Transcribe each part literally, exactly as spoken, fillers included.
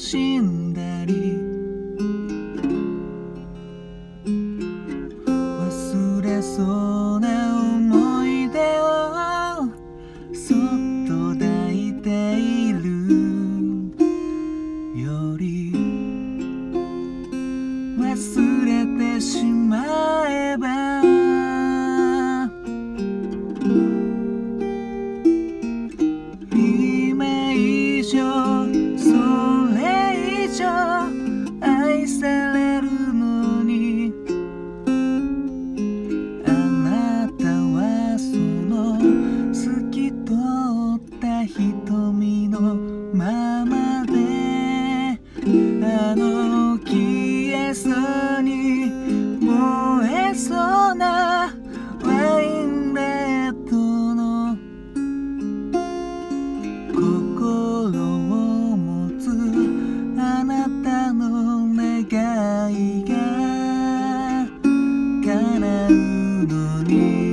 しんだり忘れそうな思い出をそっと抱いているより忘れてしまえば今以上それ以上愛されるのにあなたはその透き通った瞳のままであの消えそうに燃えそうなワインレッドの心を持つあなたの願いが叶うのに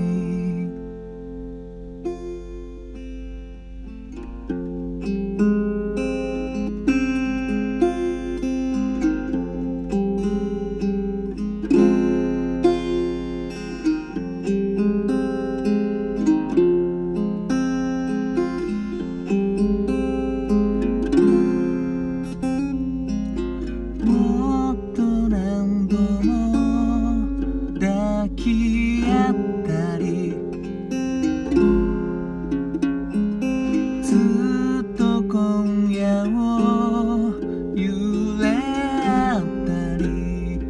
もっと何度も抱き合ったりずっと今夜を揺れ合ったり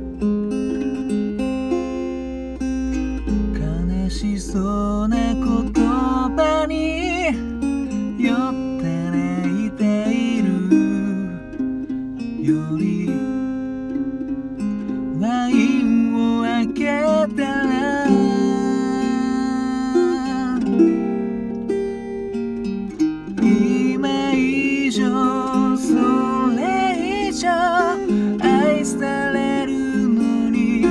悲しそうな言葉に酔って泣いているよりワインを開けたら今以上それ以上愛されるのに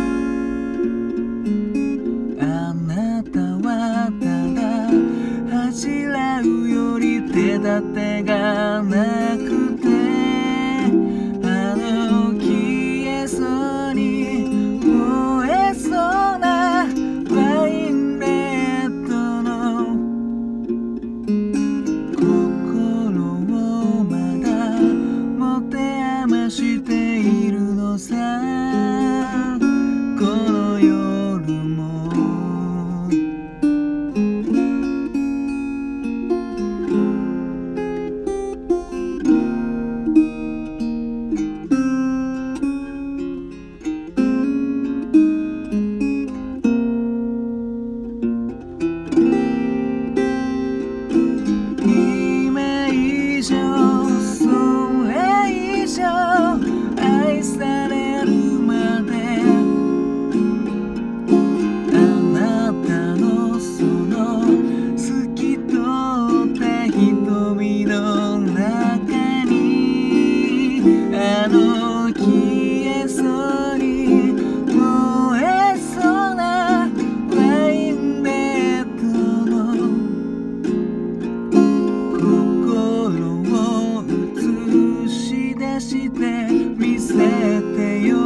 あなたはただ恥じらうより手立てがなくてあの消えそうに燃えそうなワインレッドの心をまだ持て余しているのさこの夜も今以上それ以上愛されるまであなたのその透き通った瞳の中にあの消えそうに燃えそうなワインレッドの心を映し出して見せてよ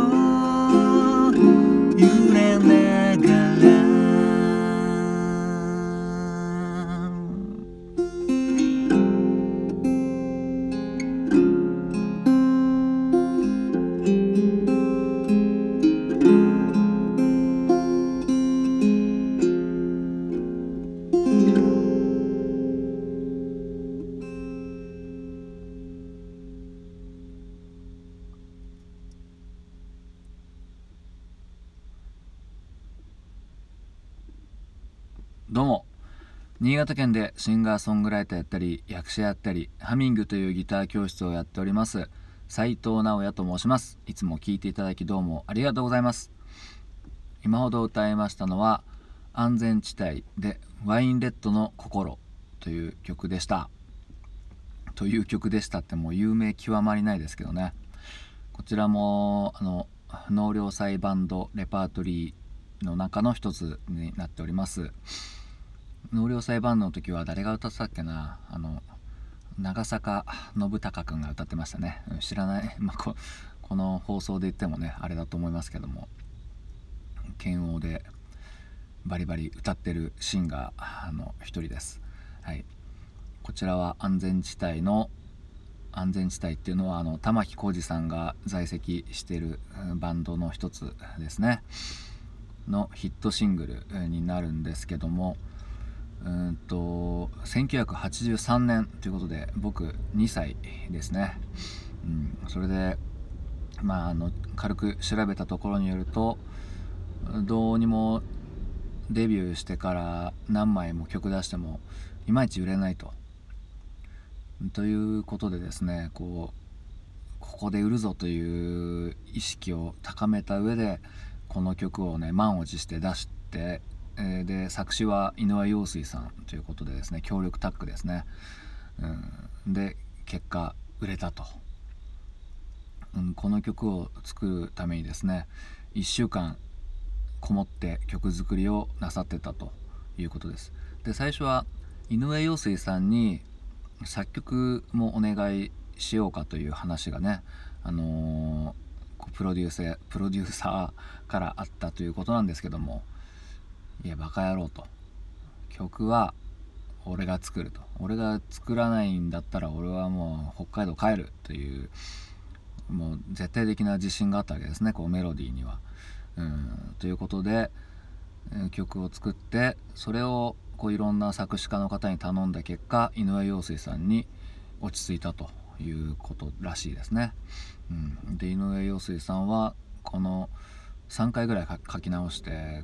揺れながらどうも、新潟県でシンガーソングライターやったり役者やったりハミングというギター教室をやっております斉藤直也と申します。いつも聴いていただきどうもありがとうございます。今ほど歌いましたのは安全地帯でワインレッドの心という曲でしたという曲でしたってもう有名極まりないですけどね。こちらもあの納涼祭バンドレパートリーの中の一つになっております。納涼祭バンドの時は誰が歌ってたっけな、あの長坂信孝くんが歌ってましたね。知らない、まあ、こ, この放送で言ってもねあれだと思いますけども、剣王でバリバリ歌ってるシンガーの一人です。はい、こちらは安全地帯の安全地帯っていうのはあの玉置浩二さんが在籍しているバンドの一つですねのヒットシングルになるんですけども、うんとせんきゅうひゃくはちじゅうさんねんということで僕にさいですね。うん、それでまああの軽く調べたところによると、どうにもデビューしてから何枚も曲出してもいまいち売れないとということでですね、こうここで売るぞという意識を高めた上でこの曲をね満を持して出して、えー、で作詞は井上陽水さんということでですね、協力タッグですね、うん、で結果売れたと、うん、この曲を作るためにですねいっしゅうかんこもって曲作りをなさってたということです。で最初は井上陽水さんに作曲もお願いしようかという話がね、あのー、プロデューサープロデューサーからあったということなんですけども、いやバカ野郎と、曲は俺が作ると、俺が作らないんだったら俺はもう北海道帰るというもう絶対的な自信があったわけですね、こうメロディーには。うんということで曲を作って、それをこういろんな作詞家の方に頼んだ結果井上陽水さんに落ち着いたということらしいですね。うん、で井上陽水さんはこのさんかいぐらい書き直して、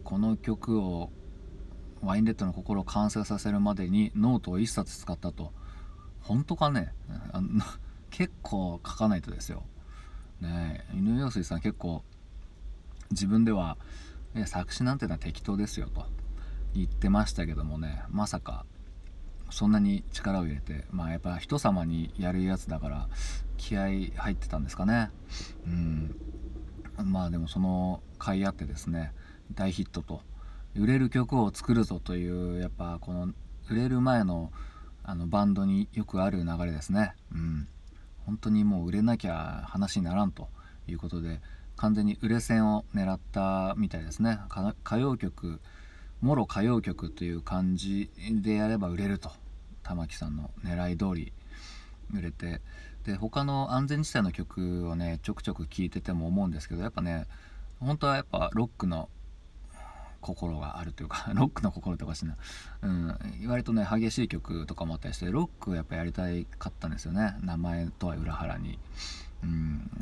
この曲をワインレッドの心を完成させるまでにノートをいっさつ使ったと。本当かね、あの結構書かないとですよ、ね、井上陽水さん結構自分ではいや作詞なんてのは適当ですよと言ってましたけどもね、まさかそんなに力を入れて、まあやっぱ人様にやるやつだから気合入ってたんですかね。うん、まあでもその甲斐あってですね大ヒットと、売れる曲を作るぞという、やっぱこの売れる前のあのバンドによくある流れですね。うん、本当にもう売れなきゃ話にならんということで完全に売れ線を狙ったみたいですね。歌謡曲もろ歌謡曲という感じでやれば売れると、玉置さんの狙い通り売れて、で他の安全地帯の曲をねちょくちょく聴いてても思うんですけど、やっぱね本当はやっぱロックの心があるというかロックの心とかしな、うん、割とね激しい曲とかもあったりして、ロックをやっぱやりたいかったんですよね、名前とは裏腹に。うん、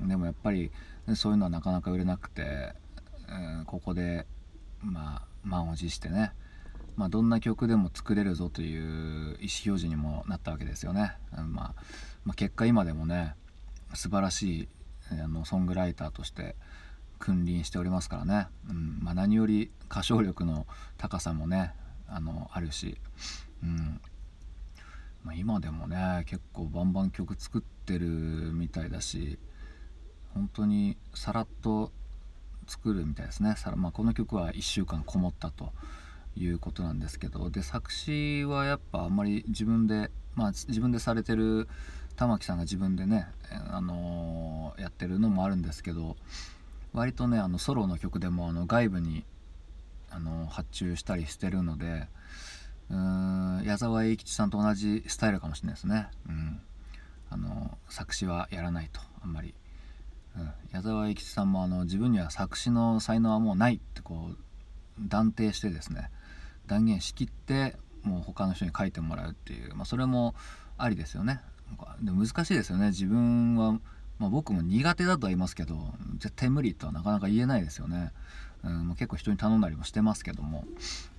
でもやっぱりそういうのはなかなか売れなくて、うん、ここでまあ満を持してね、まあ、どんな曲でも作れるぞという意思表示にもなったわけですよね。うん、まあ、まあ結果今でもね素晴らしいあのソングライターとして君臨しておりますからね。うんまあ、何より歌唱力の高さもねあのあるし、うんまあ、今でもね結構バンバン曲作ってるみたいだし、本当にさらっと作るみたいですね。さら、まあ、この曲はいっしゅうかんこもったということなんですけど、で作詞はやっぱあんまり自分で、まあ、自分でされてる玉置さんが自分でね、あのー、やってるのもあるんですけど、割とねあのソロの曲でもあの外部にあの発注したりしてるので、うーん矢沢永吉さんと同じスタイルかもしれないですね。うん、あの作詞はやらないとあんまり、うん、矢沢永吉さんもあの自分には作詞の才能はもうないってこう断定してですね、断言しきってもう他の人に書いてもらうっていう、まあ、それもありですよね。でも難しいですよね。自分は、まあ、僕も苦手だとは言いますけど絶対無理とはなかなか言えないですよね。うん、結構人に頼んだりもしてますけども、うん、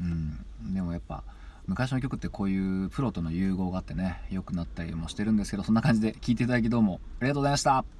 でもやっぱ昔の曲ってこういうプロとの融合があってね良くなったりもしてるんですけど、そんな感じで聴いていただきどうもありがとうございました。